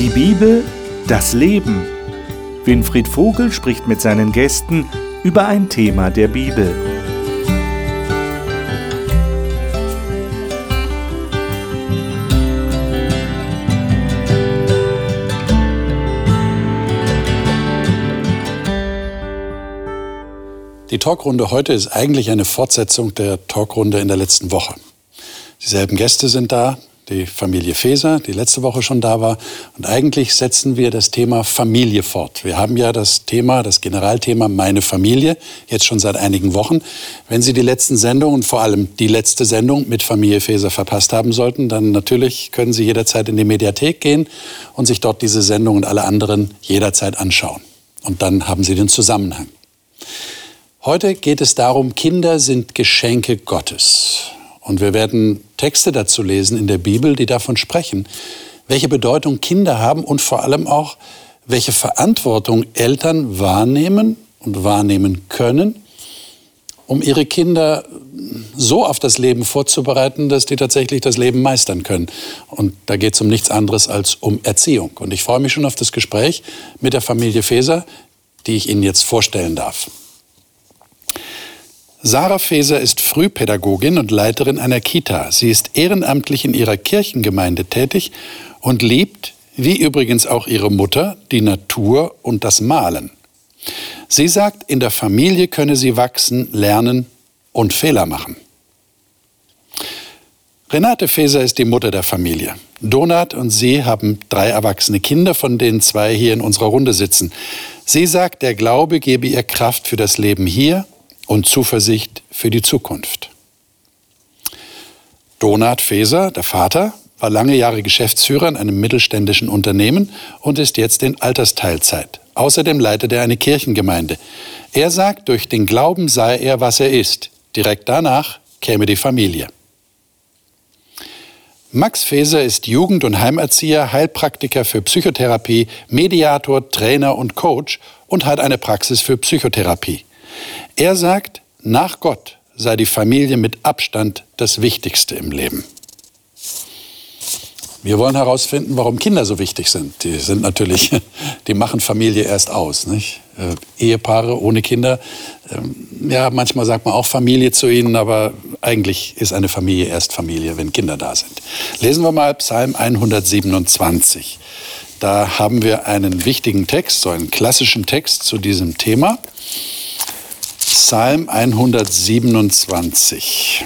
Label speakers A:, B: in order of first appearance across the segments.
A: Die Bibel, das Leben. Winfried Vogel spricht mit seinen Gästen über ein Thema der Bibel.
B: Die Talkrunde heute ist eigentlich eine Fortsetzung der Talkrunde in der letzten Woche. Dieselben Gäste sind da, die Familie Feser, die letzte Woche schon da war. Und eigentlich setzen wir das Thema Familie fort. Wir haben ja das Generalthema Meine Familie, jetzt schon seit einigen Wochen. Wenn Sie die letzten Sendungen, vor allem die letzte Sendung mit Familie Feser verpasst haben sollten, dann natürlich können Sie jederzeit in die Mediathek gehen und sich dort diese Sendung und alle anderen jederzeit anschauen. Und dann haben Sie den Zusammenhang. Heute geht es darum, Kinder sind Geschenke Gottes. Und wir werden Texte dazu lesen in der Bibel, die davon sprechen, welche Bedeutung Kinder haben und vor allem auch, welche Verantwortung Eltern wahrnehmen und wahrnehmen können, um ihre Kinder so auf das Leben vorzubereiten, dass die tatsächlich das Leben meistern können. Und da geht es um nichts anderes als um Erziehung. Und ich freue mich schon auf das Gespräch mit der Familie Feser, die ich Ihnen jetzt vorstellen darf. Sarah Feser ist Frühpädagogin und Leiterin einer Kita. Sie ist ehrenamtlich in ihrer Kirchengemeinde tätig und liebt, wie übrigens auch ihre Mutter, die Natur und das Malen. Sie sagt, in der Familie könne sie wachsen, lernen und Fehler machen. Renate Feser ist die Mutter der Familie. Donat und sie haben 3 erwachsene Kinder, von denen 2 hier in unserer Runde sitzen. Sie sagt, der Glaube gebe ihr Kraft für das Leben hier und Zuversicht für die Zukunft. Donat Feser, der Vater, war lange Jahre Geschäftsführer in einem mittelständischen Unternehmen und ist jetzt in Altersteilzeit. Außerdem leitet er eine Kirchengemeinde. Er sagt, durch den Glauben sei er, was er ist. Direkt danach käme die Familie. Max Feser ist Jugend- und Heimerzieher, Heilpraktiker für Psychotherapie, Mediator, Trainer und Coach und hat eine Praxis für Psychotherapie. Er sagt, nach Gott sei die Familie mit Abstand das Wichtigste im Leben. Wir wollen herausfinden, warum Kinder so wichtig sind. Die machen Familie erst aus, nicht? Ehepaare ohne Kinder, ja, manchmal sagt man auch Familie zu ihnen, aber eigentlich ist eine Familie erst Familie, wenn Kinder da sind. Lesen wir mal Psalm 127. Da haben wir einen wichtigen Text, so einen klassischen Text zu diesem Thema. Psalm 127.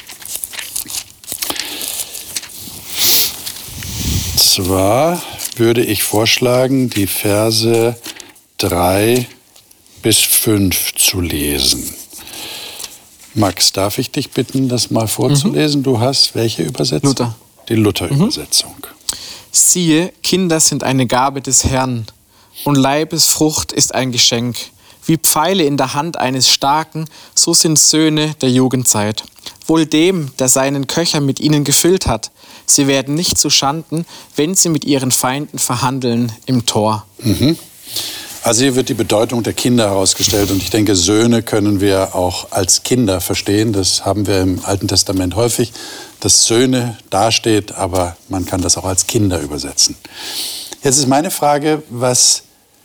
B: Zwar würde ich vorschlagen, die Verse 3 bis 5 zu lesen. Max, darf ich dich bitten, das mal vorzulesen? Du hast welche Übersetzung?
C: Luther.
B: Die Luther-Übersetzung.
C: Siehe, Kinder sind eine Gabe des Herrn, und Leibesfrucht ist ein Geschenk. Wie Pfeile in der Hand eines Starken, so sind Söhne der Jugendzeit. Wohl dem, der seinen Köcher mit ihnen gefüllt hat. Sie werden nicht zu Schanden, wenn sie mit ihren Feinden verhandeln im Tor.
B: Also hier wird die Bedeutung der Kinder herausgestellt. Und ich denke, Söhne können wir auch als Kinder verstehen. Das haben wir im Alten Testament häufig, dass Söhne dasteht, aber man kann das auch als Kinder übersetzen. Jetzt ist meine Frage, was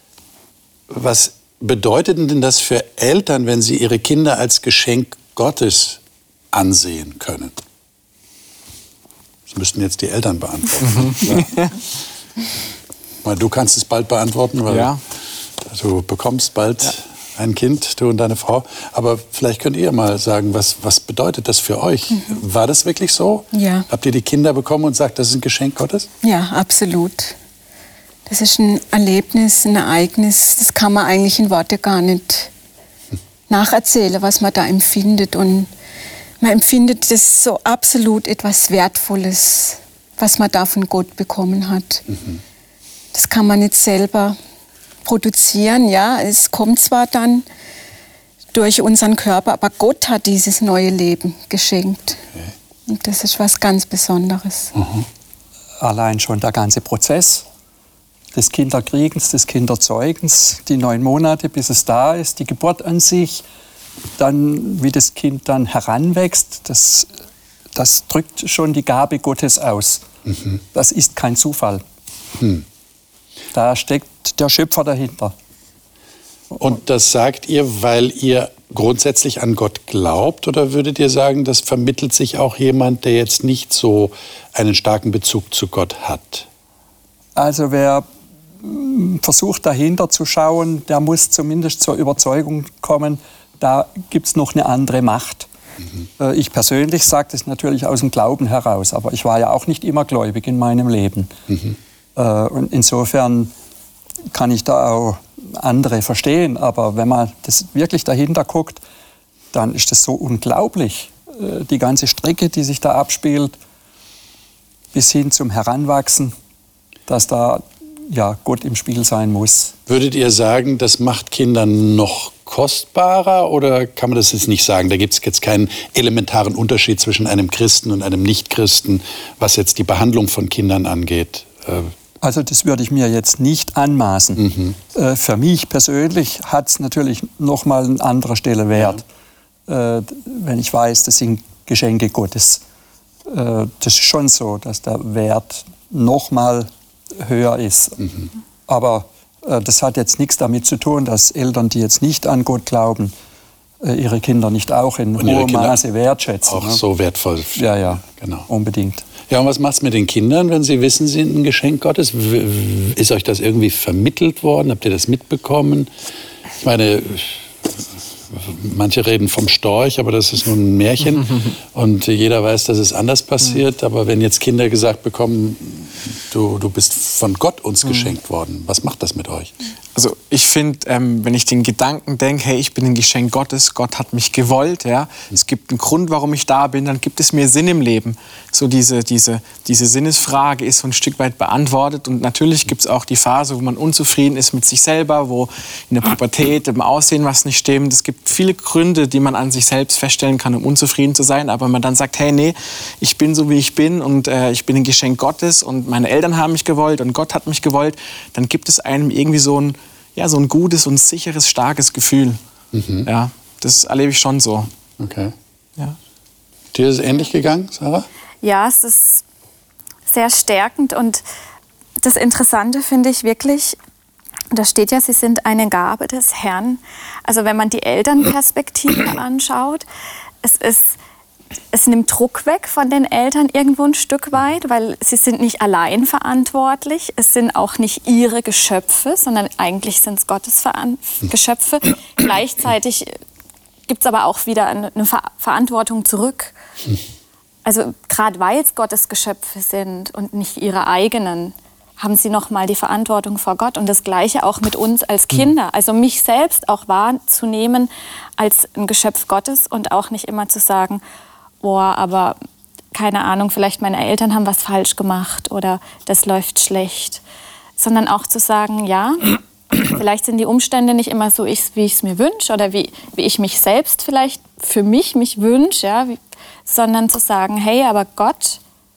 B: bedeutet denn das für Eltern, wenn sie ihre Kinder als Geschenk Gottes ansehen können? Das müssten jetzt die Eltern beantworten. Ja. Weil du kannst es bald beantworten, weil du bekommst bald ein Kind, du und deine Frau. Aber vielleicht könnt ihr mal sagen, was bedeutet das für euch? War das wirklich so?
D: Ja.
B: Habt ihr die Kinder bekommen und sagt, das ist ein Geschenk Gottes?
D: Ja, absolut. Das ist ein Erlebnis, ein Ereignis, das kann man eigentlich in Worte gar nicht nacherzählen, was man da empfindet. Und man empfindet das so absolut etwas Wertvolles, was man da von Gott bekommen hat. Das kann man nicht selber produzieren, ja. Es kommt zwar dann durch unseren Körper, aber Gott hat dieses neue Leben geschenkt. Okay. Und das ist was ganz Besonderes.
E: Allein schon der ganze Prozess des Kinderkriegens, des Kinderzeugens, die 9 Monate, bis es da ist, die Geburt an sich, dann, wie das Kind dann heranwächst, das drückt schon die Gabe Gottes aus. Das ist kein Zufall. Da steckt der Schöpfer dahinter.
B: Und das sagt ihr, weil ihr grundsätzlich an Gott glaubt? Oder würdet ihr sagen, das vermittelt sich auch jemand, der jetzt nicht so einen starken Bezug zu Gott hat?
E: Also wer versucht dahinter zu schauen, der muss zumindest zur Überzeugung kommen, da gibt es noch eine andere Macht. Ich persönlich sage das natürlich aus dem Glauben heraus, aber ich war ja auch nicht immer gläubig in meinem Leben. Und insofern kann ich da auch andere verstehen, aber wenn man das wirklich dahinter guckt, dann ist das so unglaublich. Die ganze Strecke, die sich da abspielt, bis hin zum Heranwachsen, dass da ja, Gott im Spiel sein muss.
B: Würdet ihr sagen, das macht Kinder noch kostbarer oder kann man das jetzt nicht sagen? Da gibt es jetzt keinen elementaren Unterschied zwischen einem Christen und einem Nichtchristen, was jetzt die Behandlung von Kindern angeht.
E: Also das würde ich mir jetzt nicht anmaßen. Für mich persönlich hat es natürlich noch mal an anderer Stelle Wert, wenn ich weiß, das sind Geschenke Gottes. Das ist schon so, dass der Wert noch mal höher ist. Aber das hat jetzt nichts damit zu tun, dass Eltern, die jetzt nicht an Gott glauben, ihre Kinder nicht auch in hohem Maße wertschätzen.
B: Auch so wertvoll.
E: Ja,
B: genau.
E: Unbedingt.
B: Ja, und was macht es mit den Kindern, wenn sie wissen, sie sind ein Geschenk Gottes? Ist euch das irgendwie vermittelt worden? Habt ihr das mitbekommen? Ich meine, manche reden vom Storch, aber das ist nur ein Märchen. Und jeder weiß, dass es anders passiert. Aber wenn jetzt Kinder gesagt bekommen, du bist von Gott uns geschenkt worden, was macht das mit euch?
C: Also ich finde, wenn ich den Gedanken denke, hey, ich bin ein Geschenk Gottes, Gott hat mich gewollt, ja, es gibt einen Grund, warum ich da bin, dann gibt es mir Sinn im Leben. So diese Sinnesfrage ist so ein Stück weit beantwortet und natürlich gibt es auch die Phase, wo man unzufrieden ist mit sich selber, wo in der Pubertät, im Aussehen was nicht stimmt. Es gibt viele Gründe, die man an sich selbst feststellen kann, um unzufrieden zu sein, aber wenn man dann sagt, hey, nee, ich bin so, wie ich bin und ich bin ein Geschenk Gottes und meine Eltern haben mich gewollt und Gott hat mich gewollt, dann gibt es einem irgendwie so ein gutes und sicheres, starkes Gefühl. Ja, das erlebe ich schon so.
B: Okay.
C: Ja.
B: Dir ist es ähnlich gegangen, Sarah?
F: Ja, es ist sehr stärkend und das Interessante finde ich wirklich, da steht ja, sie sind eine Gabe des Herrn. Also wenn man die Elternperspektive anschaut, es nimmt Druck weg von den Eltern irgendwo ein Stück weit, weil sie sind nicht allein verantwortlich. Es sind auch nicht ihre Geschöpfe, sondern eigentlich sind es Gottes Geschöpfe. Gleichzeitig gibt es aber auch wieder eine Verantwortung zurück. Also gerade weil es Gottes Geschöpfe sind und nicht ihre eigenen, haben sie noch mal die Verantwortung vor Gott. Und das Gleiche auch mit uns als Kinder. Also mich selbst auch wahrzunehmen als ein Geschöpf Gottes und auch nicht immer zu sagen, boah, aber keine Ahnung, vielleicht meine Eltern haben was falsch gemacht oder das läuft schlecht. Sondern auch zu sagen, ja, vielleicht sind die Umstände nicht immer so, wie ich es mir wünsche oder wie ich mich selbst vielleicht für mich wünsche, ja, sondern zu sagen, hey, aber Gott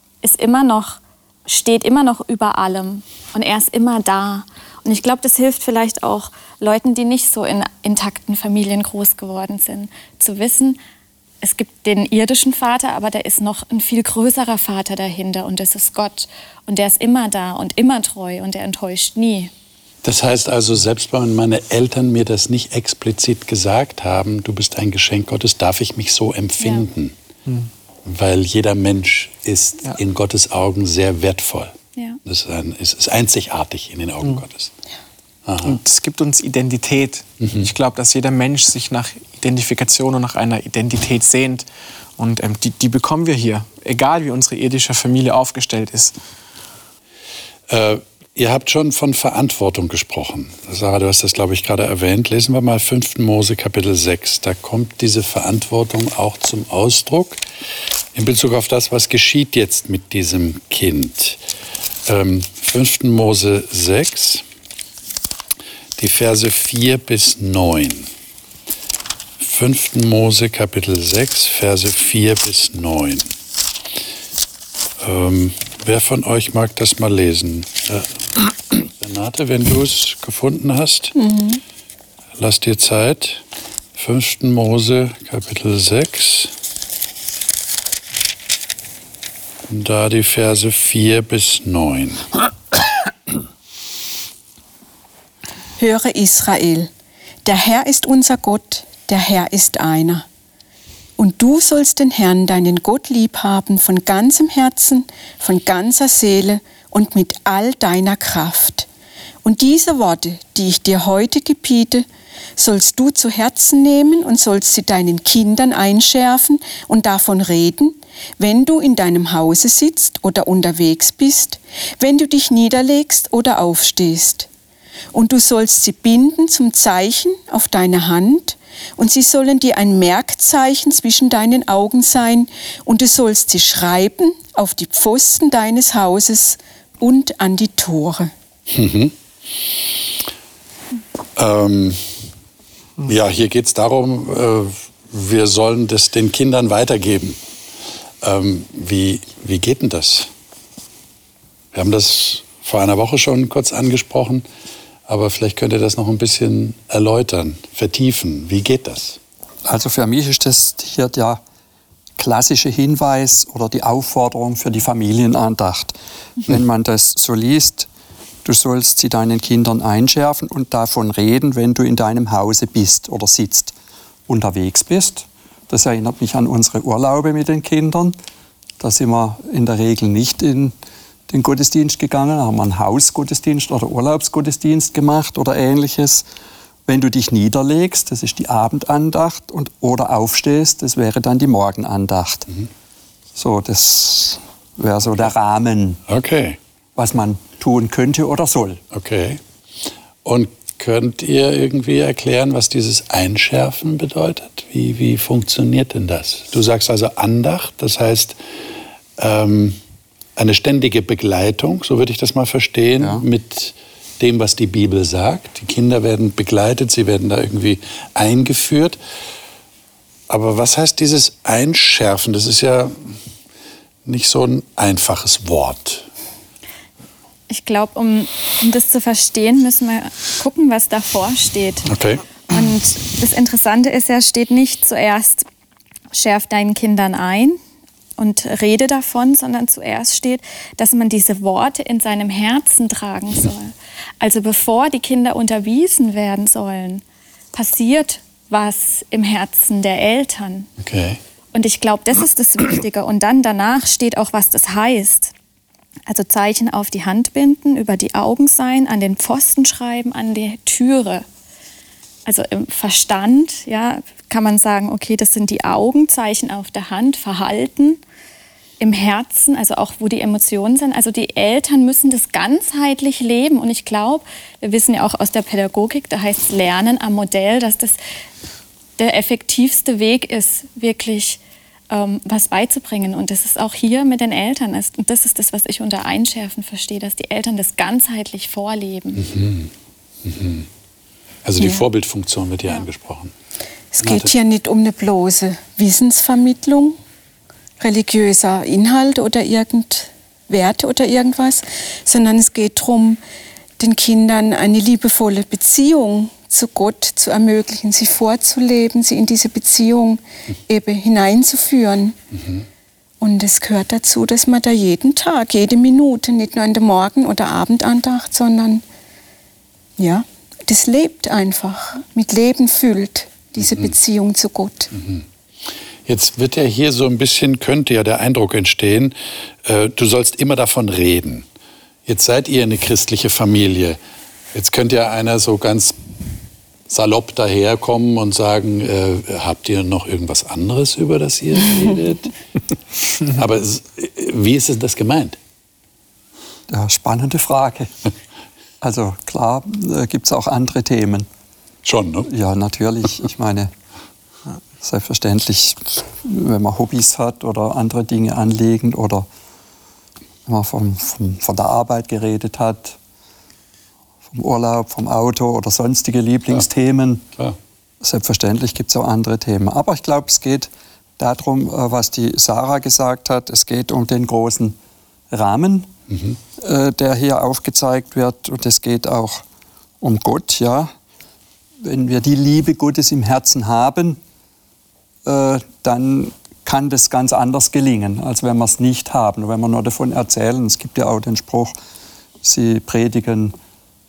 F: steht immer noch über allem und er ist immer da. Und ich glaube, das hilft vielleicht auch Leuten, die nicht so in intakten Familien groß geworden sind, zu wissen, es gibt den irdischen Vater, aber da ist noch ein viel größerer Vater dahinter und das ist Gott. Und der ist immer da und immer treu und der enttäuscht nie.
B: Das heißt also, selbst wenn meine Eltern mir das nicht explizit gesagt haben, du bist ein Geschenk Gottes, darf ich mich so empfinden. Ja. Weil jeder Mensch ist in Gottes Augen sehr wertvoll. Ja. Es ist einzigartig in den Augen Gottes. Aha.
C: Und es gibt uns Identität. Ich glaube, dass jeder Mensch sich nach Identifikation und nach einer Identität sehnt. Und die bekommen wir hier, egal wie unsere irdische Familie aufgestellt ist.
B: Ihr habt schon von Verantwortung gesprochen. Sarah, du hast das, glaube ich, gerade erwähnt. Lesen wir mal 5. Mose, Kapitel 6. Da kommt diese Verantwortung auch zum Ausdruck in Bezug auf das, was geschieht jetzt mit diesem Kind. 5. Mose 6, die Verse 4 bis 9. 5. Mose, Kapitel 6, Verse 4 bis 9. Wer von euch mag das mal lesen? Renate, wenn du es gefunden hast, lass dir Zeit. 5. Mose, Kapitel 6. Und da die Verse 4 bis 9.
D: höre Israel, der Herr ist unser Gott, der Herr ist einer. Und du sollst den Herrn, deinen Gott, lieb haben von ganzem Herzen, von ganzer Seele und mit all deiner Kraft. Und diese Worte, die ich dir heute gebiete, sollst du zu Herzen nehmen und sollst sie deinen Kindern einschärfen und davon reden, wenn du in deinem Hause sitzt oder unterwegs bist, wenn du dich niederlegst oder aufstehst. Und du sollst sie binden zum Zeichen auf deine Hand, und sie sollen dir ein Merkzeichen zwischen deinen Augen sein, und du sollst sie schreiben auf die Pfosten deines Hauses und an die Tore.
B: Ja, hier geht es darum, wir sollen das den Kindern weitergeben. Wie geht denn das? Wir haben das vor einer Woche schon kurz angesprochen, aber vielleicht könnt ihr das noch ein bisschen erläutern, vertiefen. Wie geht das?
E: Also für mich ist das hier der klassische Hinweis oder die Aufforderung für die Familienandacht. Wenn man das so liest, du sollst sie deinen Kindern einschärfen und davon reden, wenn du in deinem Hause bist oder sitzt, unterwegs bist. Das erinnert mich an unsere Urlaube mit den Kindern. Da sind wir in der Regel nicht in den Gottesdienst gegangen, haben einen Hausgottesdienst oder Urlaubsgottesdienst gemacht oder Ähnliches. Wenn du dich niederlegst, das ist die Abendandacht, oder aufstehst, das wäre dann die Morgenandacht. So, das wäre so der Rahmen,
B: Okay.
E: was man tun könnte oder soll.
B: Okay. Und könnt ihr irgendwie erklären, was dieses Einschärfen bedeutet? Wie funktioniert denn das? Du sagst also Andacht, das heißt eine ständige Begleitung, so würde ich das mal verstehen,
E: Ja.
B: mit dem, was die Bibel sagt. Die Kinder werden begleitet, sie werden da irgendwie eingeführt. Aber was heißt dieses Einschärfen? Das ist ja nicht so ein einfaches Wort.
F: Ich glaube, um das zu verstehen, müssen wir gucken, was davor steht.
B: Okay.
F: Und das Interessante ist ja, steht nicht zuerst, schärf deinen Kindern ein und rede davon, sondern zuerst steht, dass man diese Worte in seinem Herzen tragen soll. Also bevor die Kinder unterwiesen werden sollen, passiert was im Herzen der Eltern.
B: Okay.
F: Und ich glaube, das ist das Wichtige. Und dann danach steht auch, was das heißt. Also Zeichen auf die Hand binden, über die Augen sein, an den Pfosten schreiben, an die Türe. Also im Verstand, ja, kann man sagen, okay, das sind die Augen, Zeichen auf der Hand, Verhalten. Im Herzen, also auch wo die Emotionen sind. Also die Eltern müssen das ganzheitlich leben. Und ich glaube, wir wissen ja auch aus der Pädagogik, da heißt es Lernen am Modell, dass das der effektivste Weg ist, wirklich was beizubringen. Und das ist auch hier mit den Eltern. Und das ist das, was ich unter Einschärfen verstehe, dass die Eltern das ganzheitlich vorleben.
B: Also die Vorbildfunktion wird hier angesprochen.
D: Es geht hier nicht um eine bloße Wissensvermittlung, religiöser Inhalt oder Werte oder irgendwas, sondern es geht darum, den Kindern eine liebevolle Beziehung zu Gott zu ermöglichen, sie vorzuleben, sie in diese Beziehung eben hineinzuführen. Und es gehört dazu, dass man da jeden Tag, jede Minute, nicht nur in der Morgen- oder Abendandacht, sondern ja, das lebt einfach, mit Leben füllt, diese Beziehung zu Gott.
B: Jetzt wird ja hier so ein bisschen, könnte ja der Eindruck entstehen, du sollst immer davon reden. Jetzt seid ihr eine christliche Familie. Jetzt könnte ja einer so ganz salopp daherkommen und sagen, habt ihr noch irgendwas anderes, über das ihr redet? Aber wie ist denn das gemeint?
E: Ja, spannende Frage. Also klar, gibt es auch andere Themen.
B: Schon, ne?
E: Ja, natürlich. Ich meine, selbstverständlich, wenn man Hobbys hat oder andere Dinge anlegen oder wenn man von der Arbeit geredet hat, vom Urlaub, vom Auto oder sonstige Lieblingsthemen.
B: Klar.
E: Selbstverständlich gibt es auch andere Themen. Aber ich glaube, es geht darum, was die Sarah gesagt hat. Es geht um den großen Rahmen, der hier aufgezeigt wird. Und es geht auch um Gott. Ja. Wenn wir die Liebe Gottes im Herzen haben, dann kann das ganz anders gelingen, als wenn wir es nicht haben. Wenn wir nur davon erzählen, es gibt ja auch den Spruch, sie predigen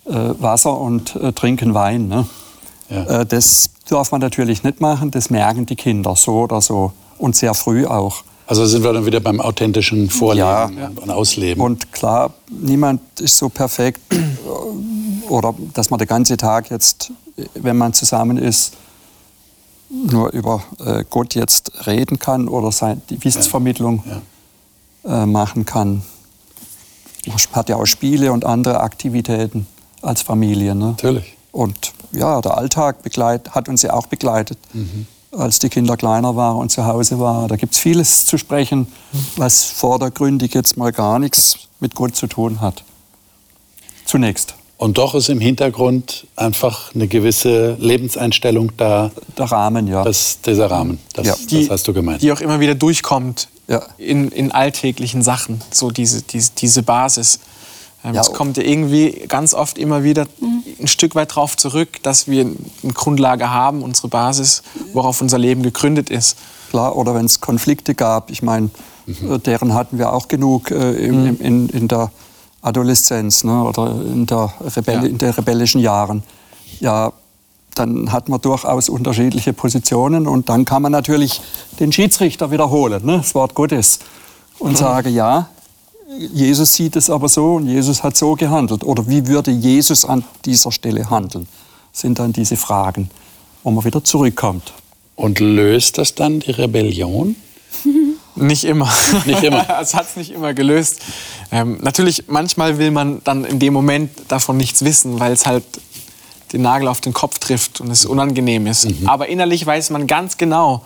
E: Wasser und trinken Wein. Ne?
B: Ja.
E: Das darf man natürlich nicht machen, das merken die Kinder so oder so und sehr früh auch.
B: Also sind wir dann wieder beim authentischen Vorleben und Ausleben.
E: Und klar, niemand ist so perfekt oder dass man den ganzen Tag jetzt, wenn man zusammen ist, nur über Gott jetzt reden kann oder die Wissensvermittlung machen kann. Man hat ja auch Spiele und andere Aktivitäten als Familie. Ne?
B: Natürlich.
E: Und ja, der Alltag hat uns ja auch begleitet, als die Kinder kleiner waren und zu Hause waren. Da gibt es vieles zu sprechen, was vordergründig jetzt mal gar nichts mit Gott zu tun hat. Zunächst.
B: Und doch ist im Hintergrund einfach eine gewisse Lebenseinstellung da.
E: Der Rahmen, ja.
B: Dieser Rahmen, das hast du gemeint.
C: Die auch immer wieder durchkommt
E: Ja.
C: in alltäglichen Sachen, so diese Basis. Es kommt ja irgendwie ganz oft immer wieder ein Stück weit darauf zurück, dass wir eine Grundlage haben, unsere Basis, worauf unser Leben gegründet ist.
E: Klar, oder wenn es Konflikte gab, ich meine, deren hatten wir auch genug in der Adoleszenz, ne, oder in den rebellischen Jahren. Ja, dann hat man durchaus unterschiedliche Positionen und dann kann man natürlich den Schiedsrichter wiederholen, ne, das Wort Gottes, und sagen, ja, Jesus sieht es aber so und Jesus hat so gehandelt. Oder wie würde Jesus an dieser Stelle handeln? Das sind dann diese Fragen, wo man wieder zurückkommt.
B: Und löst das dann die Rebellion?
C: Nicht immer.
B: Nicht immer.
C: Es hat es nicht immer gelöst. Natürlich, manchmal will man dann in dem Moment davon nichts wissen, weil es halt den Nagel auf den Kopf trifft und es unangenehm ist. Aber innerlich weiß man ganz genau,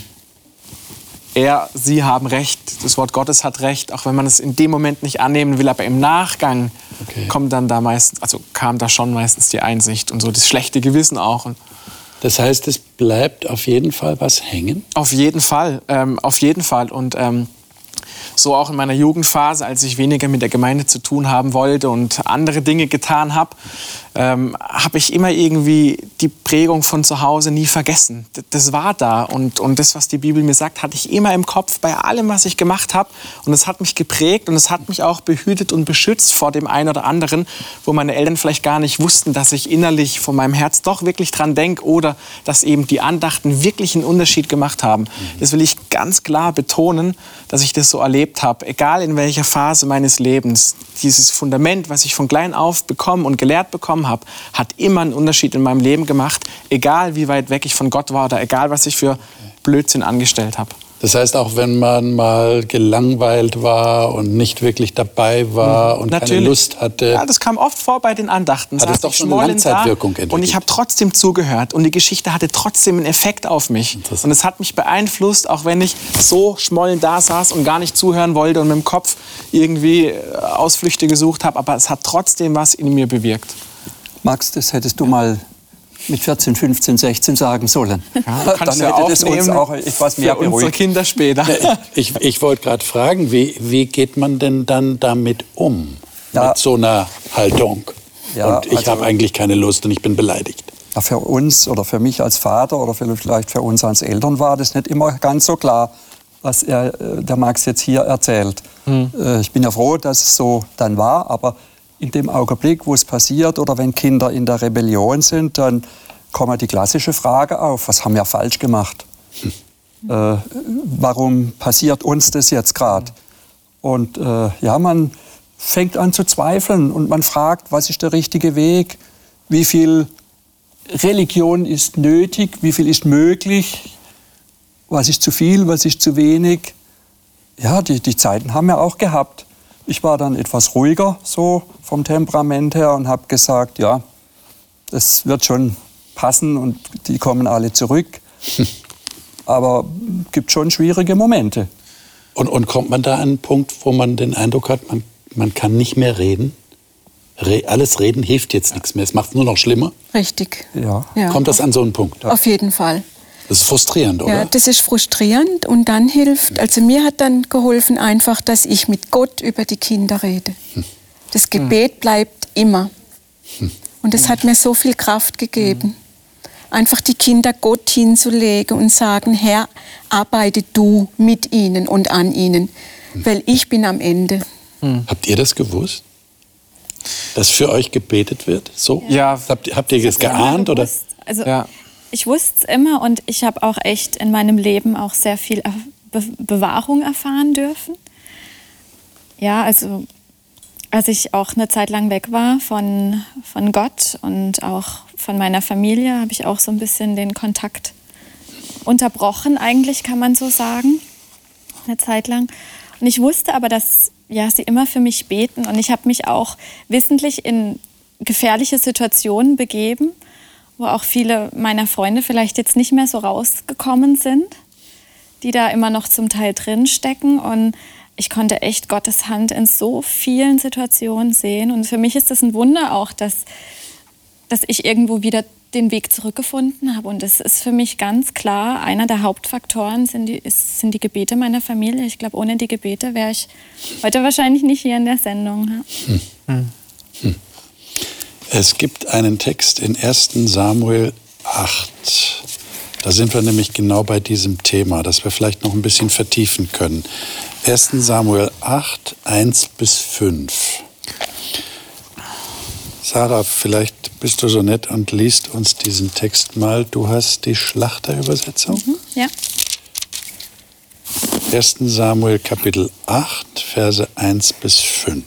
C: sie haben Recht, das Wort Gottes hat Recht, auch wenn man es in dem Moment nicht annehmen will, aber im Nachgang kam da schon meistens die Einsicht und so das schlechte Gewissen auch. Und
B: das heißt, es bleibt auf jeden Fall was hängen?
C: Auf jeden Fall. Und so auch in meiner Jugendphase, als ich weniger mit der Gemeinde zu tun haben wollte und andere Dinge getan habe, habe ich immer irgendwie die Prägung von zu Hause nie vergessen. Das war da und das, was die Bibel mir sagt, hatte ich immer im Kopf bei allem, was ich gemacht habe. Und es hat mich geprägt und es hat mich auch behütet und beschützt vor dem einen oder anderen, wo meine Eltern vielleicht gar nicht wussten, dass ich innerlich von meinem Herz doch wirklich dran denke oder dass eben die Andachten wirklich einen Unterschied gemacht haben. Das will ich ganz klar betonen, dass ich das so erlebt habe, egal in welcher Phase meines Lebens. Dieses Fundament, was ich von klein auf bekommen und gelehrt bekommen habe, hat immer einen Unterschied in meinem Leben gemacht, egal wie weit weg ich von Gott war oder egal, was ich für Blödsinn angestellt habe.
B: Das heißt, auch wenn man mal gelangweilt war und nicht wirklich dabei war und keine Lust hatte.
C: Ja, das kam oft vor bei den Andachten.
B: Hat es doch schon eine Langzeitwirkung entwickelt.
C: Und ich habe trotzdem zugehört und die Geschichte hatte trotzdem einen Effekt auf mich. Und es hat mich beeinflusst, auch wenn ich so schmollend da saß und gar nicht zuhören wollte und mit dem Kopf irgendwie Ausflüchte gesucht habe. Aber es hat trotzdem was in mir bewirkt.
E: Max, das hättest du mal mit 14, 15, 16 sagen sollen.
C: Ja,
E: dann hätte das uns auch etwas mehr beruhigt.
C: Unsere Kinder später.
B: Ich wollte gerade fragen, wie geht man denn dann damit um? Mit so einer Haltung?
E: Ja,
B: und ich habe eigentlich keine Lust und ich bin beleidigt.
E: Ja, für uns oder für mich als Vater oder vielleicht für uns als Eltern war das nicht immer ganz so klar, was der Max jetzt hier erzählt. Ich bin ja froh, dass es so dann war, aber in dem Augenblick, wo es passiert oder wenn Kinder in der Rebellion sind, dann kommt die klassische Frage auf, was haben wir falsch gemacht? Warum passiert uns das jetzt gerade? Und man fängt an zu zweifeln und man fragt, was ist der richtige Weg? Wie viel Religion ist nötig? Wie viel ist möglich? Was ist zu viel? Was ist zu wenig? Ja, die Zeiten haben wir auch gehabt. Ich war dann etwas ruhiger so vom Temperament her und habe gesagt, ja, das wird schon passen und die kommen alle zurück. Aber es gibt schon schwierige Momente.
B: Und kommt man da an einen Punkt, wo man den Eindruck hat, man kann nicht mehr reden? Alles Reden hilft jetzt nichts mehr, es macht es nur noch schlimmer?
D: Richtig.
E: Ja.
B: Kommt das an so einen Punkt?
D: Auf jeden Fall.
B: Das ist frustrierend, oder?
D: Ja, das ist frustrierend und dann hilft, also mir hat dann geholfen einfach, dass ich mit Gott über die Kinder rede. Das Gebet bleibt immer. Und das hat mir so viel Kraft gegeben. Einfach die Kinder Gott hinzulegen und sagen, Herr, arbeite du mit ihnen und an ihnen, weil ich bin am Ende.
B: Habt ihr das gewusst? dass für euch gebetet wird? So?
C: Ja.
B: Habt ihr das geahnt? Oder?
F: Also
C: Ja.
F: ich wusste es immer und ich habe auch echt in meinem Leben auch sehr viel Bewahrung erfahren dürfen. Ja, also als ich auch eine Zeit lang weg war von Gott und auch von meiner Familie, habe ich auch so ein bisschen den Kontakt unterbrochen, eigentlich kann man so sagen, eine Zeit lang. Und ich wusste aber, dass sie immer für mich beten und ich habe mich auch wissentlich in gefährliche Situationen begeben, wo auch viele meiner Freunde vielleicht jetzt nicht mehr so rausgekommen sind, die da immer noch zum Teil drin stecken. Und ich konnte echt Gottes Hand in so vielen Situationen sehen. Und für mich ist das ein Wunder auch, dass ich irgendwo wieder den Weg zurückgefunden habe. Und das ist für mich ganz klar, einer der Hauptfaktoren sind die Gebete meiner Familie. Ich glaube, ohne die Gebete wäre ich heute wahrscheinlich nicht hier in der Sendung.
B: Es gibt einen Text in 1. Samuel 8. Da sind wir nämlich genau bei diesem Thema, das wir vielleicht noch ein bisschen vertiefen können. 1. Samuel 8, 1-5. Sarah, vielleicht bist du so nett und liest uns diesen Text mal. Du hast die Schlachterübersetzung?
F: Ja.
B: 1. Samuel Kapitel 8, Verse 1-5.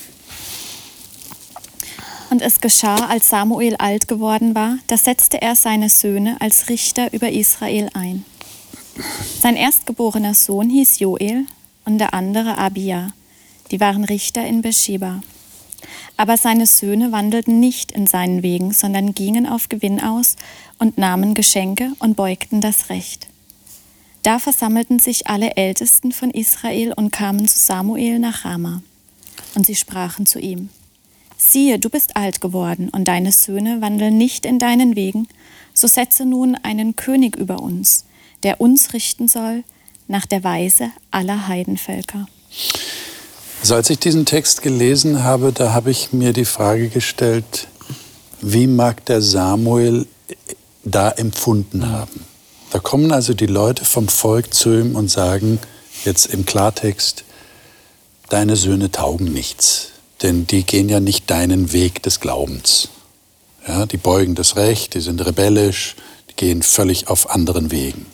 F: Und es geschah, als Samuel alt geworden war, da setzte er seine Söhne als Richter über Israel ein. Sein erstgeborener Sohn hieß Joel und der andere Abia. Die waren Richter in Beersheba. Aber seine Söhne wandelten nicht in seinen Wegen, sondern gingen auf Gewinn aus und nahmen Geschenke und beugten das Recht. Da versammelten sich alle Ältesten von Israel und kamen zu Samuel nach Rama. Und sie sprachen zu ihm: Siehe, du bist alt geworden und deine Söhne wandeln nicht in deinen Wegen, so setze nun einen König über uns, der uns richten soll nach der Weise aller Heidenvölker.
B: Also als ich diesen Text gelesen habe, da habe ich mir die Frage gestellt, wie mag der Samuel da empfunden haben? Da kommen also die Leute vom Volk zu ihm und sagen, jetzt im Klartext, deine Söhne taugen nichts. Denn die gehen ja nicht deinen Weg des Glaubens. Ja, die beugen das Recht, die sind rebellisch, die gehen völlig auf anderen Wegen.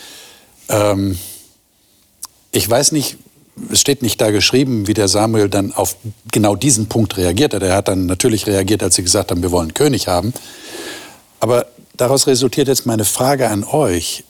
B: Ich weiß nicht, es steht nicht da geschrieben, wie der Samuel dann auf genau diesen Punkt reagiert hat. Er hat dann natürlich reagiert, als sie gesagt haben, wir wollen einen König haben. Aber daraus resultiert jetzt meine Frage an euch.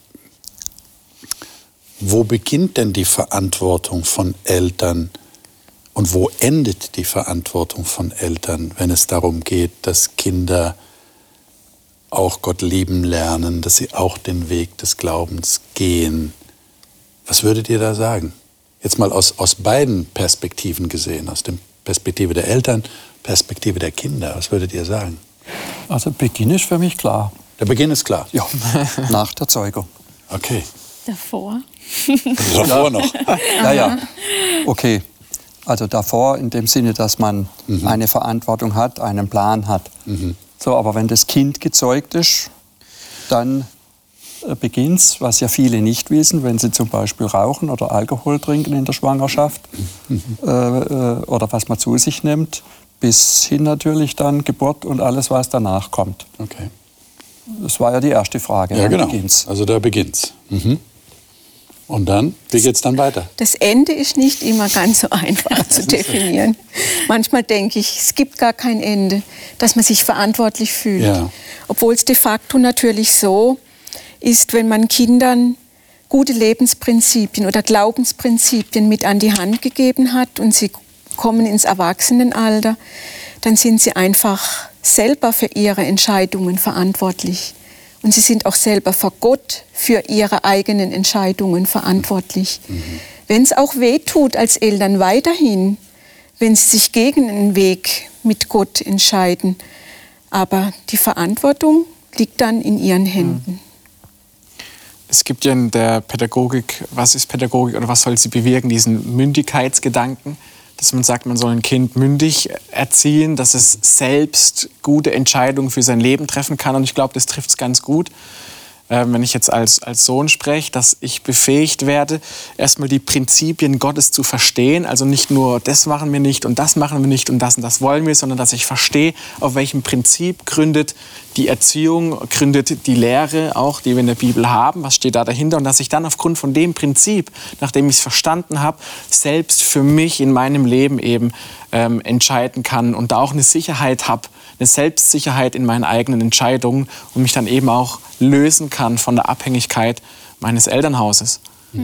B: Wo beginnt denn die Verantwortung von Eltern und wo endet die Verantwortung von Eltern, wenn es darum geht, dass Kinder auch Gott lieben lernen, dass sie auch den Weg des Glaubens gehen? Was würdet ihr da sagen? Jetzt mal aus beiden Perspektiven gesehen, aus der Perspektive der Eltern, Perspektive der Kinder. Was würdet ihr sagen?
E: Also Beginn ist für mich klar.
B: Der Beginn ist klar?
E: Ja, nach der Zeugung.
B: Okay.
F: Davor?
B: Davor noch?
E: Ja. Okay. Also davor in dem Sinne, dass man eine Verantwortung hat, einen Plan hat. So, aber wenn das Kind gezeugt ist, dann beginnt's, was ja viele nicht wissen, wenn sie zum Beispiel rauchen oder Alkohol trinken in der Schwangerschaft oder was man zu sich nimmt, bis hin natürlich dann Geburt und alles, was danach kommt.
B: Okay.
E: Das war ja die erste Frage.
B: Ja, genau.
E: Beginnt's.
B: Also da beginnt's. Und dann, wie geht's dann weiter?
D: Das Ende ist nicht immer ganz so einfach zu definieren. Manchmal denke ich, es gibt gar kein Ende, dass man sich verantwortlich fühlt.
B: Ja.
D: Obwohl es de facto natürlich so ist, wenn man Kindern gute Lebensprinzipien oder Glaubensprinzipien mit an die Hand gegeben hat und sie kommen ins Erwachsenenalter, dann sind sie einfach selber für ihre Entscheidungen verantwortlich. Und sie sind auch selber vor Gott für ihre eigenen Entscheidungen verantwortlich. Wenn es auch weh tut als Eltern weiterhin, wenn sie sich gegen einen Weg mit Gott entscheiden. Aber die Verantwortung liegt dann in ihren Händen.
C: Es gibt ja in der Pädagogik, was ist Pädagogik oder was soll sie bewirken, diesen Mündigkeitsgedanken, dass man sagt, man soll ein Kind mündig erziehen, dass es selbst gute Entscheidungen für sein Leben treffen kann. Und ich glaube, das trifft es ganz gut. wenn ich jetzt als Sohn spreche, dass ich befähigt werde, erstmal die Prinzipien Gottes zu verstehen. Also nicht nur, das machen wir nicht und das machen wir nicht und das wollen wir, sondern dass ich verstehe, auf welchem Prinzip gründet die Erziehung, gründet die Lehre auch, die wir in der Bibel haben, was steht da dahinter, und dass ich dann aufgrund von dem Prinzip, nachdem ich es verstanden habe, selbst für mich in meinem Leben eben entscheiden kann und da auch eine Sicherheit habe, eine Selbstsicherheit in meinen eigenen Entscheidungen und mich dann eben auch lösen kann von der Abhängigkeit meines Elternhauses.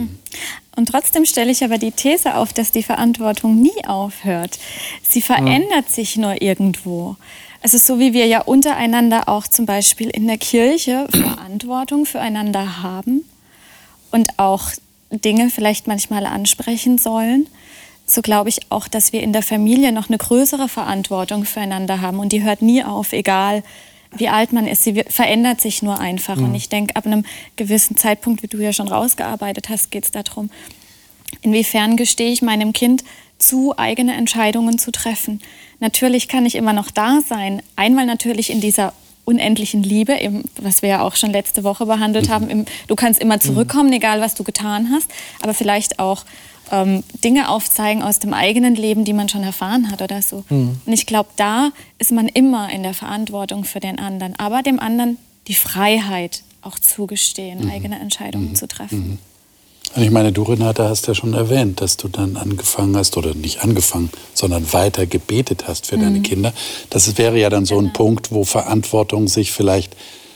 F: Und trotzdem stelle ich aber die These auf, dass die Verantwortung nie aufhört. Sie verändert sich nur irgendwo. Also so wie wir ja untereinander auch zum Beispiel in der Kirche Verantwortung füreinander haben und auch Dinge vielleicht manchmal ansprechen sollen, so glaube ich auch, dass wir in der Familie noch eine größere Verantwortung füreinander haben. Und die hört nie auf, egal wie alt man ist. Sie verändert sich nur einfach. Und ich denke, ab einem gewissen Zeitpunkt, wie du ja schon rausgearbeitet hast, geht es darum, inwiefern gestehe ich meinem Kind zu, eigene Entscheidungen zu treffen. Natürlich kann ich immer noch da sein. Einmal natürlich in dieser unendlichen Liebe, eben, was wir ja auch schon letzte Woche behandelt haben. Du kannst immer zurückkommen, egal was du getan hast. Aber vielleicht auch Dinge aufzeigen aus dem eigenen Leben, die man schon erfahren hat oder so. Und ich glaube, da ist man immer in der Verantwortung für den anderen. Aber dem anderen die Freiheit auch zugestehen, eigene Entscheidungen zu treffen.
B: Und ich meine, du, Renate, hast ja schon erwähnt, dass du dann angefangen hast, oder nicht angefangen, sondern weiter gebetet hast für deine Kinder. Das wäre ja dann so ein Punkt, wo Verantwortung sich vielleicht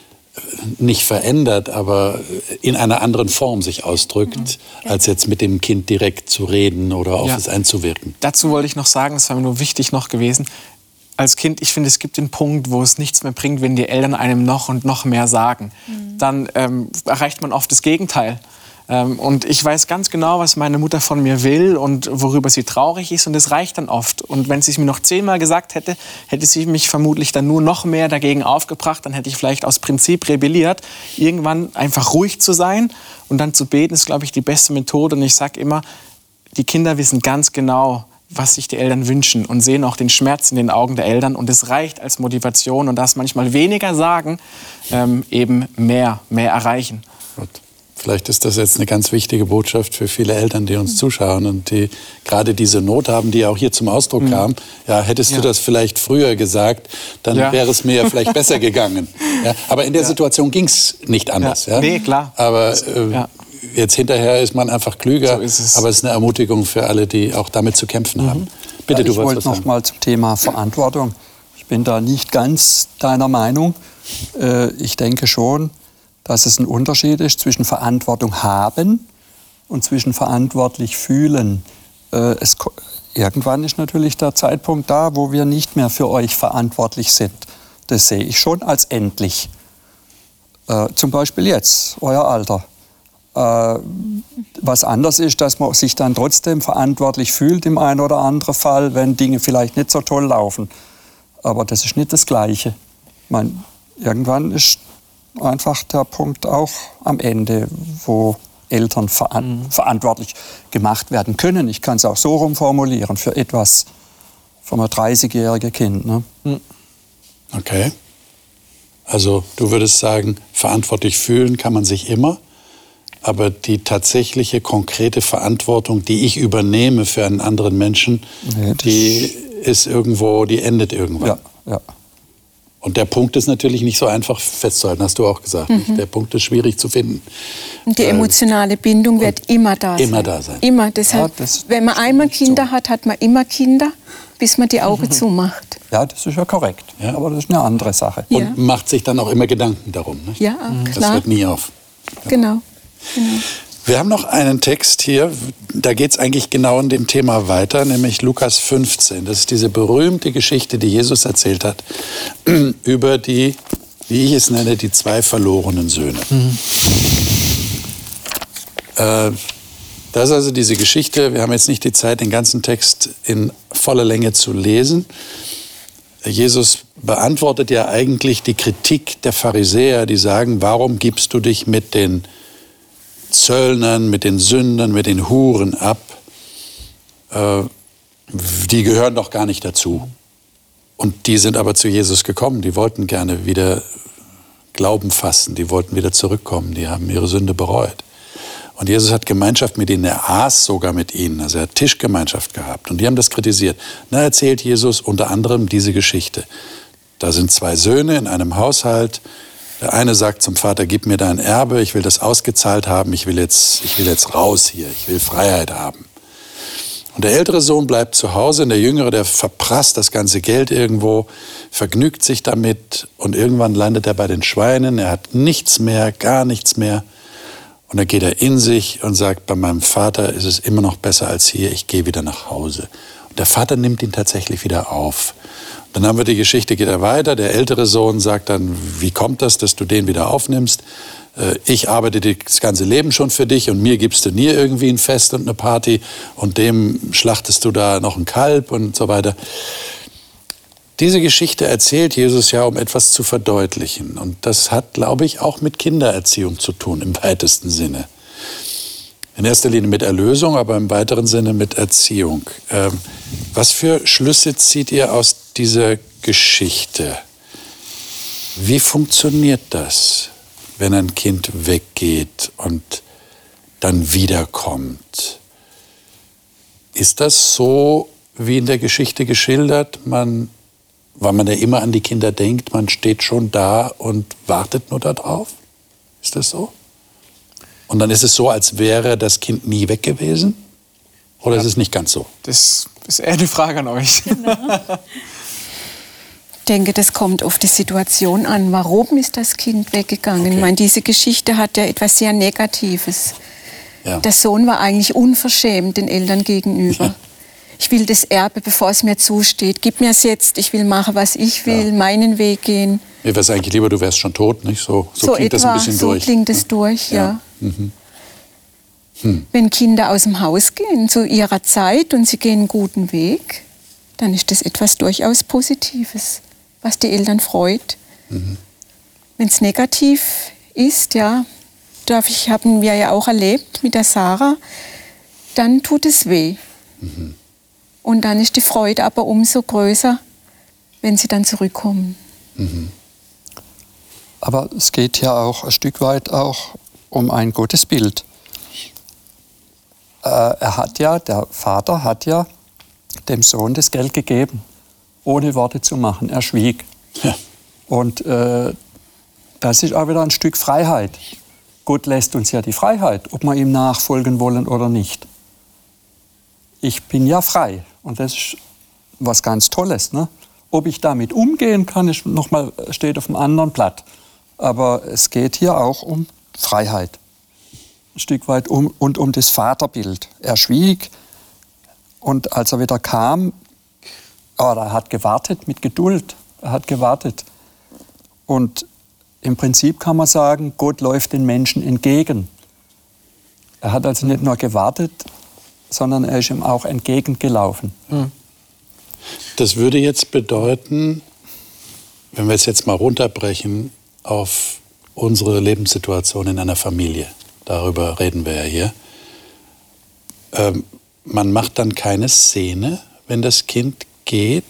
B: nicht verändert, aber in einer anderen Form sich ausdrückt, als jetzt mit dem Kind direkt zu reden oder auf es einzuwirken.
C: Dazu wollte ich noch sagen, das war mir nur wichtig noch gewesen, als Kind, ich finde, es gibt den Punkt, wo es nichts mehr bringt, wenn die Eltern einem noch und noch mehr sagen. Dann erreicht man oft das Gegenteil. Und ich weiß ganz genau, was meine Mutter von mir will und worüber sie traurig ist, und das reicht dann oft. Und wenn sie es mir noch 10-mal gesagt hätte, hätte sie mich vermutlich dann nur noch mehr dagegen aufgebracht, dann hätte ich vielleicht aus Prinzip rebelliert. Irgendwann einfach ruhig zu sein und dann zu beten, ist, glaube ich, die beste Methode. Und ich sage immer, die Kinder wissen ganz genau, was sich die Eltern wünschen, und sehen auch den Schmerz in den Augen der Eltern, und es reicht als Motivation, und das manchmal weniger sagen, eben mehr erreichen.
B: Gut. Vielleicht ist das jetzt eine ganz wichtige Botschaft für viele Eltern, die uns zuschauen und die gerade diese Not haben, die auch hier zum Ausdruck kam. Ja, hättest du das vielleicht früher gesagt, dann wäre es mir ja vielleicht besser gegangen. Ja, aber in der Situation ging es nicht anders. Ja.
C: Nee, klar.
B: Aber jetzt hinterher ist man einfach klüger.
C: So ist es.
B: Aber es ist eine Ermutigung für alle, die auch damit zu kämpfen haben. Bitte, du
E: ich wollte noch mal zum Thema Verantwortung. Ich bin da nicht ganz deiner Meinung. Ich denke schon, dass es ein Unterschied ist zwischen Verantwortung haben und zwischen verantwortlich fühlen. Irgendwann ist natürlich der Zeitpunkt da, wo wir nicht mehr für euch verantwortlich sind. Das sehe ich schon als endlich. Zum Beispiel jetzt, euer Alter. Was anders ist, dass man sich dann trotzdem verantwortlich fühlt im einen oder anderen Fall, wenn Dinge vielleicht nicht so toll laufen. Aber das ist nicht das Gleiche. Irgendwann ist einfach der Punkt auch am Ende, wo Eltern verantwortlich gemacht werden können. Ich kann es auch so rumformulieren, für etwas von einem 30-jährigen Kind. Ne?
B: Okay. Also du würdest sagen, verantwortlich fühlen kann man sich immer, aber die tatsächliche, konkrete Verantwortung, die ich übernehme für einen anderen Menschen, die ist irgendwo, die endet irgendwann.
E: Ja.
B: Und der Punkt ist natürlich nicht so einfach festzuhalten, hast du auch gesagt. Nicht? Der Punkt ist schwierig zu finden.
D: Und die emotionale Bindung wird immer da sein.
B: Immer da sein.
D: Immer. Deshalb, wenn man einmal Kinder hat, hat man immer Kinder, bis man die Augen zumacht.
E: Ja, das ist ja korrekt. Ja. Aber das ist eine andere Sache.
B: Und macht sich dann auch immer Gedanken darum. Nicht?
D: Ja,
B: das
D: klar.
B: hört nie auf. Ja.
D: Genau.
B: Wir haben noch einen Text hier, da geht es eigentlich genau in dem Thema weiter, nämlich Lukas 15. Das ist diese berühmte Geschichte, die Jesus erzählt hat, über die, wie ich es nenne, die 2 verlorenen Söhne. Das ist also diese Geschichte, wir haben jetzt nicht die Zeit, den ganzen Text in voller Länge zu lesen. Jesus beantwortet ja eigentlich die Kritik der Pharisäer, die sagen, warum gibst du dich mit den Zöllnern, mit den Sündern, mit den Huren ab? Die gehören doch gar nicht dazu. Und die sind aber zu Jesus gekommen, die wollten gerne wieder Glauben fassen, die wollten wieder zurückkommen, die haben ihre Sünde bereut. Und Jesus hat Gemeinschaft mit ihnen, er aß sogar mit ihnen, also er hat Tischgemeinschaft gehabt. Und die haben das kritisiert. Da erzählt Jesus unter anderem diese Geschichte. Da sind 2 Söhne in einem Haushalt. Der eine sagt zum Vater, gib mir dein Erbe, ich will das ausgezahlt haben, ich will jetzt raus hier, ich will Freiheit haben. Und der ältere Sohn bleibt zu Hause und der jüngere, der verprasst das ganze Geld irgendwo, vergnügt sich damit und irgendwann landet er bei den Schweinen, er hat nichts mehr, gar nichts mehr. Und dann geht er in sich und sagt, bei meinem Vater ist es immer noch besser als hier, ich gehe wieder nach Hause. Und der Vater nimmt ihn tatsächlich wieder auf. Dann haben wir die Geschichte, geht er weiter, der ältere Sohn sagt dann, wie kommt das, dass du den wieder aufnimmst? Ich arbeite das ganze Leben schon für dich und mir gibst du nie irgendwie ein Fest und eine Party und dem schlachtest du da noch ein Kalb und so weiter. Diese Geschichte erzählt Jesus ja, um etwas zu verdeutlichen. Und das hat, glaube ich, auch mit Kindererziehung zu tun, im weitesten Sinne. In erster Linie mit Erlösung, aber im weiteren Sinne mit Erziehung. Was für Schlüsse zieht ihr aus dieser Geschichte? Wie funktioniert das, wenn ein Kind weggeht und dann wiederkommt? Ist das so, wie in der Geschichte geschildert? Weil man ja immer an die Kinder denkt, man steht schon da und wartet nur darauf? Ist das so? Und dann ist es so, als wäre das Kind nie weg gewesen? Oder ist es nicht ganz so?
C: Das ist eher die Frage an euch.
D: Genau. Ich denke, das kommt auf die Situation an. Warum ist das Kind weggegangen? Okay. Ich meine, diese Geschichte hat ja etwas sehr Negatives. Ja. Der Sohn war eigentlich unverschämt den Eltern gegenüber. Ja. Ich will das Erbe, bevor es mir zusteht. Gib mir es jetzt, ich will machen, was ich will, meinen Weg gehen. Mir wäre es eigentlich lieber, du wärst schon tot, nicht? So klingt das ein bisschen durch. So klingt es durch, ja. Mhm. Wenn Kinder aus dem Haus gehen zu ihrer Zeit und sie gehen einen guten Weg, dann ist das etwas durchaus Positives, was die Eltern freut. Mhm. Wenn es negativ ist, haben wir ja auch erlebt mit der Sarah, dann tut es weh. Mhm. Und dann ist die Freude aber umso größer, wenn sie dann zurückkommen.
E: Mhm. Aber es geht ja auch ein Stück weit auch um ein Gottesbild. Der Vater hat ja dem Sohn das Geld gegeben, ohne Worte zu machen. Er schwieg. Ja. Und das ist auch wieder ein Stück Freiheit. Gott lässt uns ja die Freiheit, ob wir ihm nachfolgen wollen oder nicht. Ich bin ja frei und das ist was ganz Tolles. Ne? Ob ich damit umgehen kann, steht auf einem anderen Blatt. Aber es geht hier auch um Freiheit. Ein Stück weit um das Vaterbild. Er schwieg und als er wieder kam, er hat gewartet mit Geduld. Er hat gewartet. Und im Prinzip kann man sagen, Gott läuft den Menschen entgegen. Er hat also nicht nur gewartet, sondern er ist ihm auch entgegengelaufen.
B: Das würde jetzt bedeuten, wenn wir es jetzt mal runterbrechen auf unsere Lebenssituation in einer Familie, darüber reden wir ja hier, man macht dann keine Szene, wenn das Kind geht,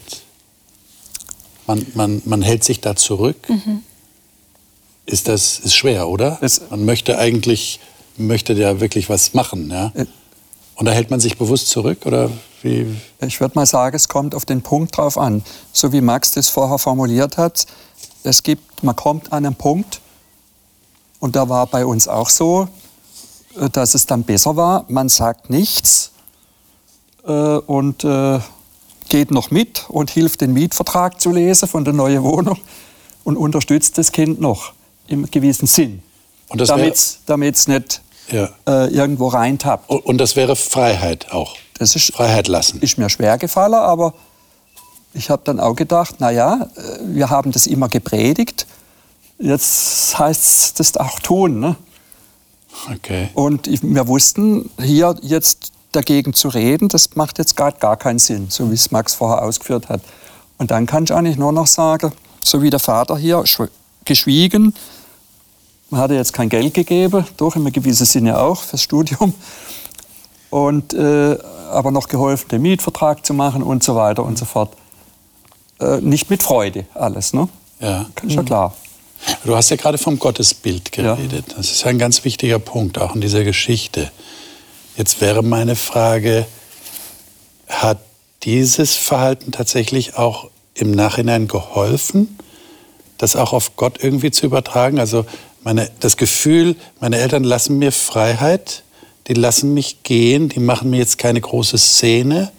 B: man hält sich da zurück. Mhm. Ist schwer, oder? Man möchte ja wirklich was machen, ja? Und da hält man sich bewusst zurück, oder wie?
E: Ich würde mal sagen, es kommt auf den Punkt drauf an. So wie Max das vorher formuliert hat, man kommt an einen Punkt, und da war bei uns auch so, dass es dann besser war. Man sagt nichts und geht noch mit und hilft, den Mietvertrag zu lesen von der neuen Wohnung und unterstützt das Kind noch im gewissen Sinn, damit es nicht irgendwo reintappt.
B: Und das wäre Freiheit auch?
E: Das ist
B: Freiheit lassen?
E: Ist mir schwer gefallen, aber ich habe dann auch gedacht, wir haben das immer gepredigt, jetzt heißt es das auch tun. Ne?
B: Okay.
E: Und wir wussten, hier jetzt dagegen zu reden, das macht jetzt gar keinen Sinn, so wie es Max vorher ausgeführt hat. Und dann kann ich eigentlich nur noch sagen, so wie der Vater hier, geschwiegen, man hatte jetzt kein Geld gegeben, doch im gewissen Sinne auch fürs Studium, und aber noch geholfen, den Mietvertrag zu machen und so weiter und so fort. Nicht mit Freude alles, ne?
B: Ja.
E: Ist ja klar.
B: Du hast ja gerade vom Gottesbild geredet. Ja. Das ist ein ganz wichtiger Punkt, auch in dieser Geschichte. Jetzt wäre meine Frage, hat dieses Verhalten tatsächlich auch im Nachhinein geholfen, das auch auf Gott irgendwie zu übertragen? Also das Gefühl, meine Eltern lassen mir Freiheit, die lassen mich gehen, die machen mir jetzt keine große Szene.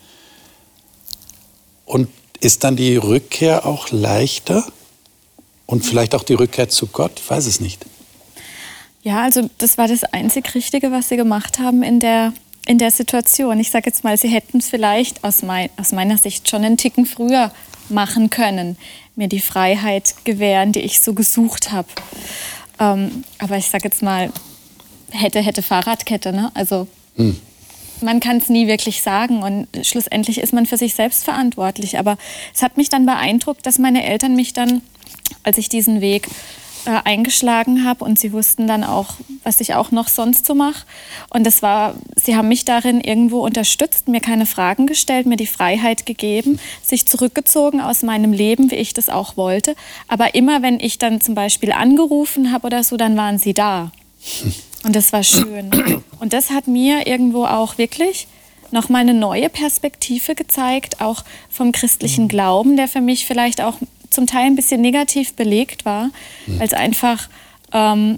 B: Und ist dann die Rückkehr auch leichter? Und vielleicht auch die Rückkehr zu Gott? Ich weiß es nicht.
F: Ja, also das war das einzig Richtige, was sie gemacht haben in der Situation. Ich sage jetzt mal, sie hätten es vielleicht aus meiner Sicht schon einen Ticken früher machen können, mir die Freiheit gewähren, die ich so gesucht habe. Aber ich sage jetzt mal, hätte Fahrradkette, ne? Also man kann es nie wirklich sagen und schlussendlich ist man für sich selbst verantwortlich. Aber es hat mich dann beeindruckt, dass meine Eltern mich dann, als ich diesen Weg eingeschlagen habe und sie wussten dann auch, was ich auch noch sonst so mache. Und sie haben mich darin irgendwo unterstützt, mir keine Fragen gestellt, mir die Freiheit gegeben, sich zurückgezogen aus meinem Leben, wie ich das auch wollte. Aber immer, wenn ich dann zum Beispiel angerufen habe oder so, dann waren sie da. Und das war schön. Und das hat mir irgendwo auch wirklich nochmal eine neue Perspektive gezeigt, auch vom christlichen Glauben, der für mich vielleicht auch zum Teil ein bisschen negativ belegt war, weil es einfach, man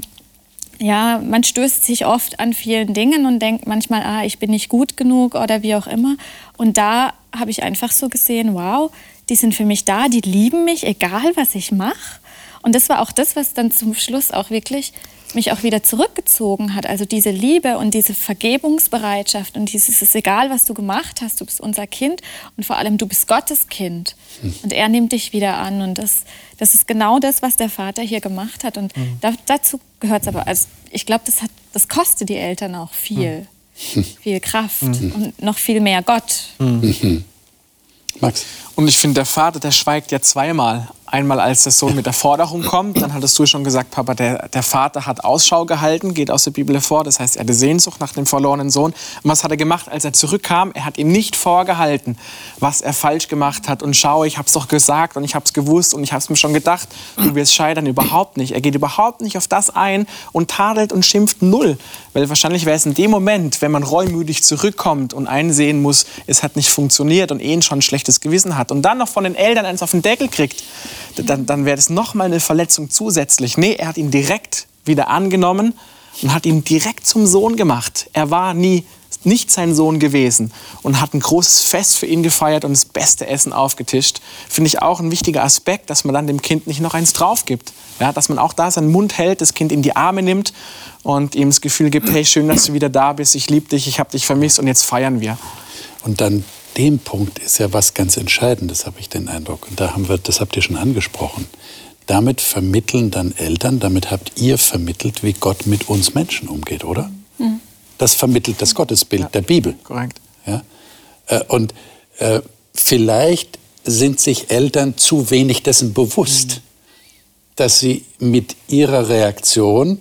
F: stößt sich oft an vielen Dingen und denkt manchmal, ich bin nicht gut genug oder wie auch immer. Und da habe ich einfach so gesehen, wow, die sind für mich da, die lieben mich, egal was ich mache. Und das war auch das, was dann zum Schluss auch wirklich mich auch wieder zurückgezogen hat. Also diese Liebe und diese Vergebungsbereitschaft und dieses, es ist egal, was du gemacht hast, du bist unser Kind und vor allem du bist Gottes Kind. Und er nimmt dich wieder an und das ist genau das, was der Vater hier gemacht hat. Und dazu gehört es aber, also ich glaube, das kostet die Eltern auch viel. Viel Kraft und noch viel mehr Gott.
B: Max?
C: Und ich finde, der Vater, der schweigt ja zweimal. Einmal, als der Sohn mit der Forderung kommt, dann hattest du schon gesagt, Papa, der Vater hat Ausschau gehalten, geht aus der Bibel hervor, das heißt, er hatte Sehnsucht nach dem verlorenen Sohn. Und was hat er gemacht, als er zurückkam? Er hat ihm nicht vorgehalten, was er falsch gemacht hat. Und schau, ich hab's doch gesagt und ich hab's gewusst und ich hab's mir schon gedacht, du wirst scheitern, überhaupt nicht. Er geht überhaupt nicht auf das ein und tadelt und schimpft null. Weil wahrscheinlich wäre es in dem Moment, wenn man reumütig zurückkommt und einsehen muss, es hat nicht funktioniert und schon ein schlechtes Gewissen hat und dann noch von den Eltern eins auf den Deckel kriegt, dann wäre das nochmal eine Verletzung zusätzlich. Nee, er hat ihn direkt wieder angenommen und hat ihn direkt zum Sohn gemacht. Er war nicht sein Sohn gewesen und hat ein großes Fest für ihn gefeiert und das beste Essen aufgetischt. Finde ich auch ein wichtiger Aspekt, dass man dann dem Kind nicht noch eins drauf gibt. Ja, dass man auch da seinen Mund hält, das Kind in die Arme nimmt und ihm das Gefühl gibt, hey, schön, dass du wieder da bist, ich liebe dich, ich habe dich vermisst und jetzt feiern wir.
B: Und dann dem Punkt ist ja was ganz Entscheidendes, habe ich den Eindruck. Und das habt ihr schon angesprochen. Damit vermitteln dann Eltern, damit habt ihr vermittelt, wie Gott mit uns Menschen umgeht, oder? Das vermittelt das Gottesbild der Bibel.
C: Korrekt.
B: Ja? Und vielleicht sind sich Eltern zu wenig dessen bewusst, dass sie mit ihrer Reaktion,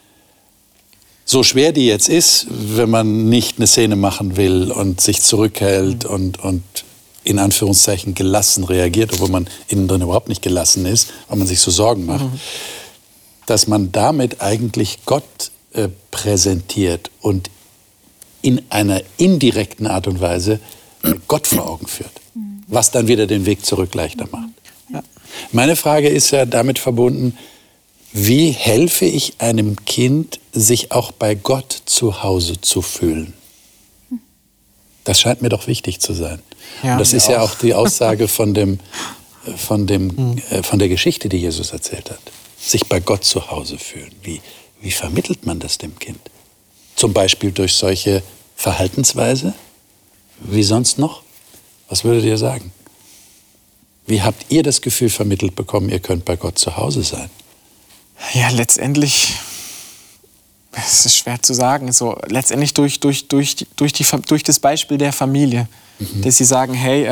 B: so schwer die jetzt ist, wenn man nicht eine Szene machen will und sich zurückhält und in Anführungszeichen gelassen reagiert, obwohl man innen drin überhaupt nicht gelassen ist, weil man sich so Sorgen macht, dass man damit eigentlich Gott präsentiert und in einer indirekten Art und Weise Gott vor Augen führt, was dann wieder den Weg zurück leichter macht. Ja. Meine Frage ist ja damit verbunden, wie helfe ich einem Kind, sich auch bei Gott zu Hause zu fühlen? Das scheint mir doch wichtig zu sein. Ja, und das ist ja auch die Aussage von der Geschichte, die Jesus erzählt hat. Sich bei Gott zu Hause fühlen. Wie vermittelt man das dem Kind? Zum Beispiel durch solche Verhaltensweise? Wie sonst noch? Was würdet ihr sagen? Wie habt ihr das Gefühl vermittelt bekommen, ihr könnt bei Gott zu Hause sein?
C: Ja, letztendlich, es ist schwer zu sagen, so letztendlich durch das Beispiel der Familie, dass sie sagen, hey,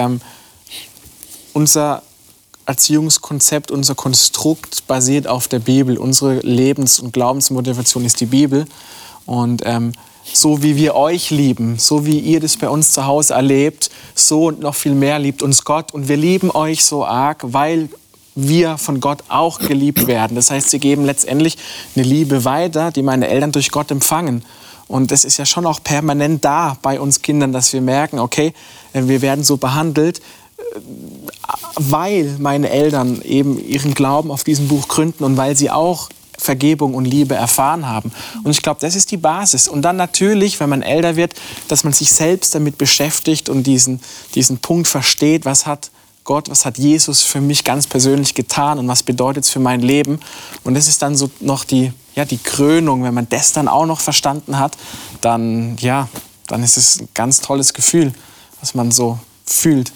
C: unser Erziehungskonzept, unser Konstrukt basiert auf der Bibel, unsere Lebens- und Glaubensmotivation ist die Bibel und so wie wir euch lieben, so wie ihr das bei uns zu Hause erlebt, so und noch viel mehr liebt uns Gott und wir lieben euch so arg, weil wir von Gott auch geliebt werden. Das heißt, sie geben letztendlich eine Liebe weiter, die meine Eltern durch Gott empfangen. Und das ist ja schon auch permanent da bei uns Kindern, dass wir merken, okay, wir werden so behandelt, weil meine Eltern eben ihren Glauben auf diesem Buch gründen und weil sie auch Vergebung und Liebe erfahren haben. Und ich glaube, das ist die Basis. Und dann natürlich, wenn man älter wird, dass man sich selbst damit beschäftigt und diesen Punkt versteht, was hat Gott, was hat Jesus für mich ganz persönlich getan und was bedeutet es für mein Leben. Und das ist dann so noch die Krönung, wenn man das dann auch noch verstanden hat, dann ist es ein ganz tolles Gefühl, was man so fühlt.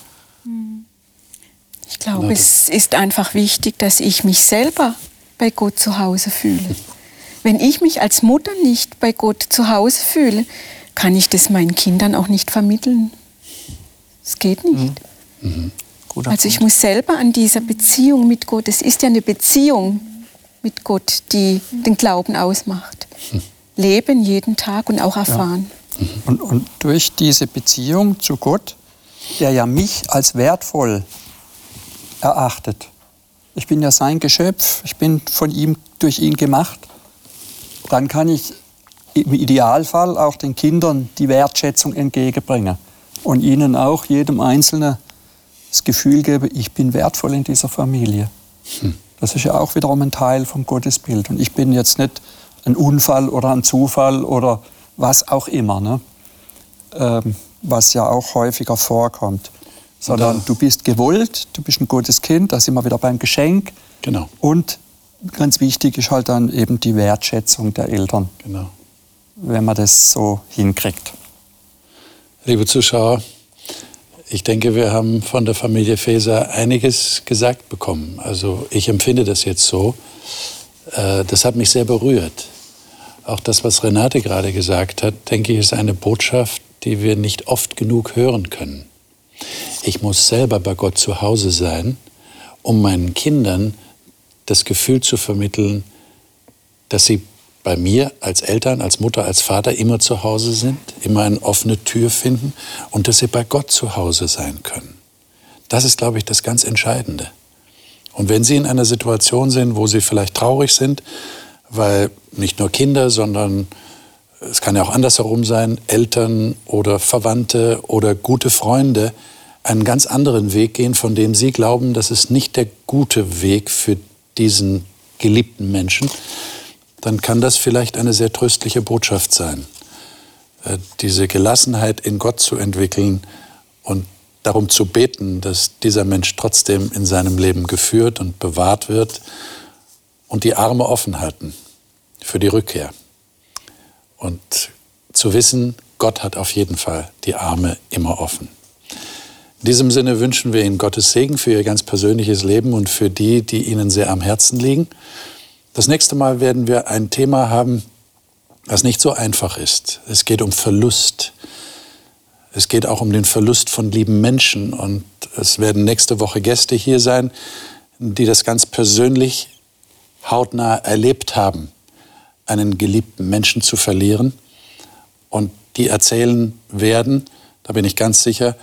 D: Ich glaube, es ist einfach wichtig, dass ich mich selber bei Gott zu Hause fühle. Wenn ich mich als Mutter nicht bei Gott zu Hause fühle, kann ich das meinen Kindern auch nicht vermitteln. Es geht nicht. Also ich muss selber an dieser Beziehung mit Gott, es ist ja eine Beziehung mit Gott, die den Glauben ausmacht. Leben jeden Tag und auch erfahren.
E: Ja. Und durch diese Beziehung zu Gott, der ja mich als wertvoll erachtet. Ich bin ja sein Geschöpf, ich bin durch ihn gemacht. Dann kann ich im Idealfall auch den Kindern die Wertschätzung entgegenbringen und ihnen auch, jedem Einzelnen, das Gefühl geben, ich bin wertvoll in dieser Familie. Das ist ja auch wiederum ein Teil vom Gottesbild. Und ich bin jetzt nicht ein Unfall oder ein Zufall oder was auch immer, ne? Was ja auch häufiger vorkommt. Sondern du bist gewollt, du bist ein gutes Kind, da sind wir wieder beim Geschenk.
B: Genau.
E: Und ganz wichtig ist halt dann eben die Wertschätzung der Eltern,
B: genau,
E: wenn man das so hinkriegt.
B: Liebe Zuschauer, ich denke, wir haben von der Familie Faeser einiges gesagt bekommen. Also ich empfinde das jetzt so. Das hat mich sehr berührt. Auch das, was Renate gerade gesagt hat, denke ich, ist eine Botschaft, die wir nicht oft genug hören können. Ich muss selber bei Gott zu Hause sein, um meinen Kindern das Gefühl zu vermitteln, dass sie bei mir als Eltern, als Mutter, als Vater immer zu Hause sind, immer eine offene Tür finden und dass sie bei Gott zu Hause sein können. Das ist, glaube ich, das ganz Entscheidende. Und wenn Sie in einer Situation sind, wo Sie vielleicht traurig sind, weil nicht nur Kinder, sondern es kann ja auch andersherum sein, Eltern oder Verwandte oder gute Freunde einen ganz anderen Weg gehen, von dem Sie glauben, das ist nicht der gute Weg für diesen geliebten Menschen, dann kann das vielleicht eine sehr tröstliche Botschaft sein. Diese Gelassenheit in Gott zu entwickeln und darum zu beten, dass dieser Mensch trotzdem in seinem Leben geführt und bewahrt wird und die Arme offen halten für die Rückkehr. Und zu wissen, Gott hat auf jeden Fall die Arme immer offen. In diesem Sinne wünschen wir Ihnen Gottes Segen für Ihr ganz persönliches Leben und für die, die Ihnen sehr am Herzen liegen. Das nächste Mal werden wir ein Thema haben, das nicht so einfach ist. Es geht um Verlust. Es geht auch um den Verlust von lieben Menschen. Und es werden nächste Woche Gäste hier sein, die das ganz persönlich hautnah erlebt haben, einen geliebten Menschen zu verlieren. Und die erzählen werden, da bin ich ganz sicher,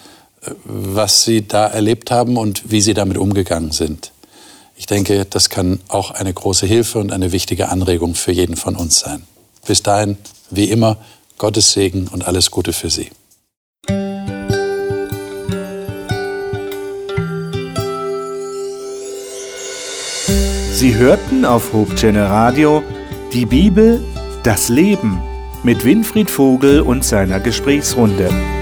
B: was sie da erlebt haben und wie sie damit umgegangen sind. Ich denke, das kann auch eine große Hilfe und eine wichtige Anregung für jeden von uns sein. Bis dahin, wie immer, Gottes Segen und alles Gute für Sie.
A: Sie hörten auf Hope Channel Radio die Bibel, das Leben mit Winfried Vogel und seiner Gesprächsrunde.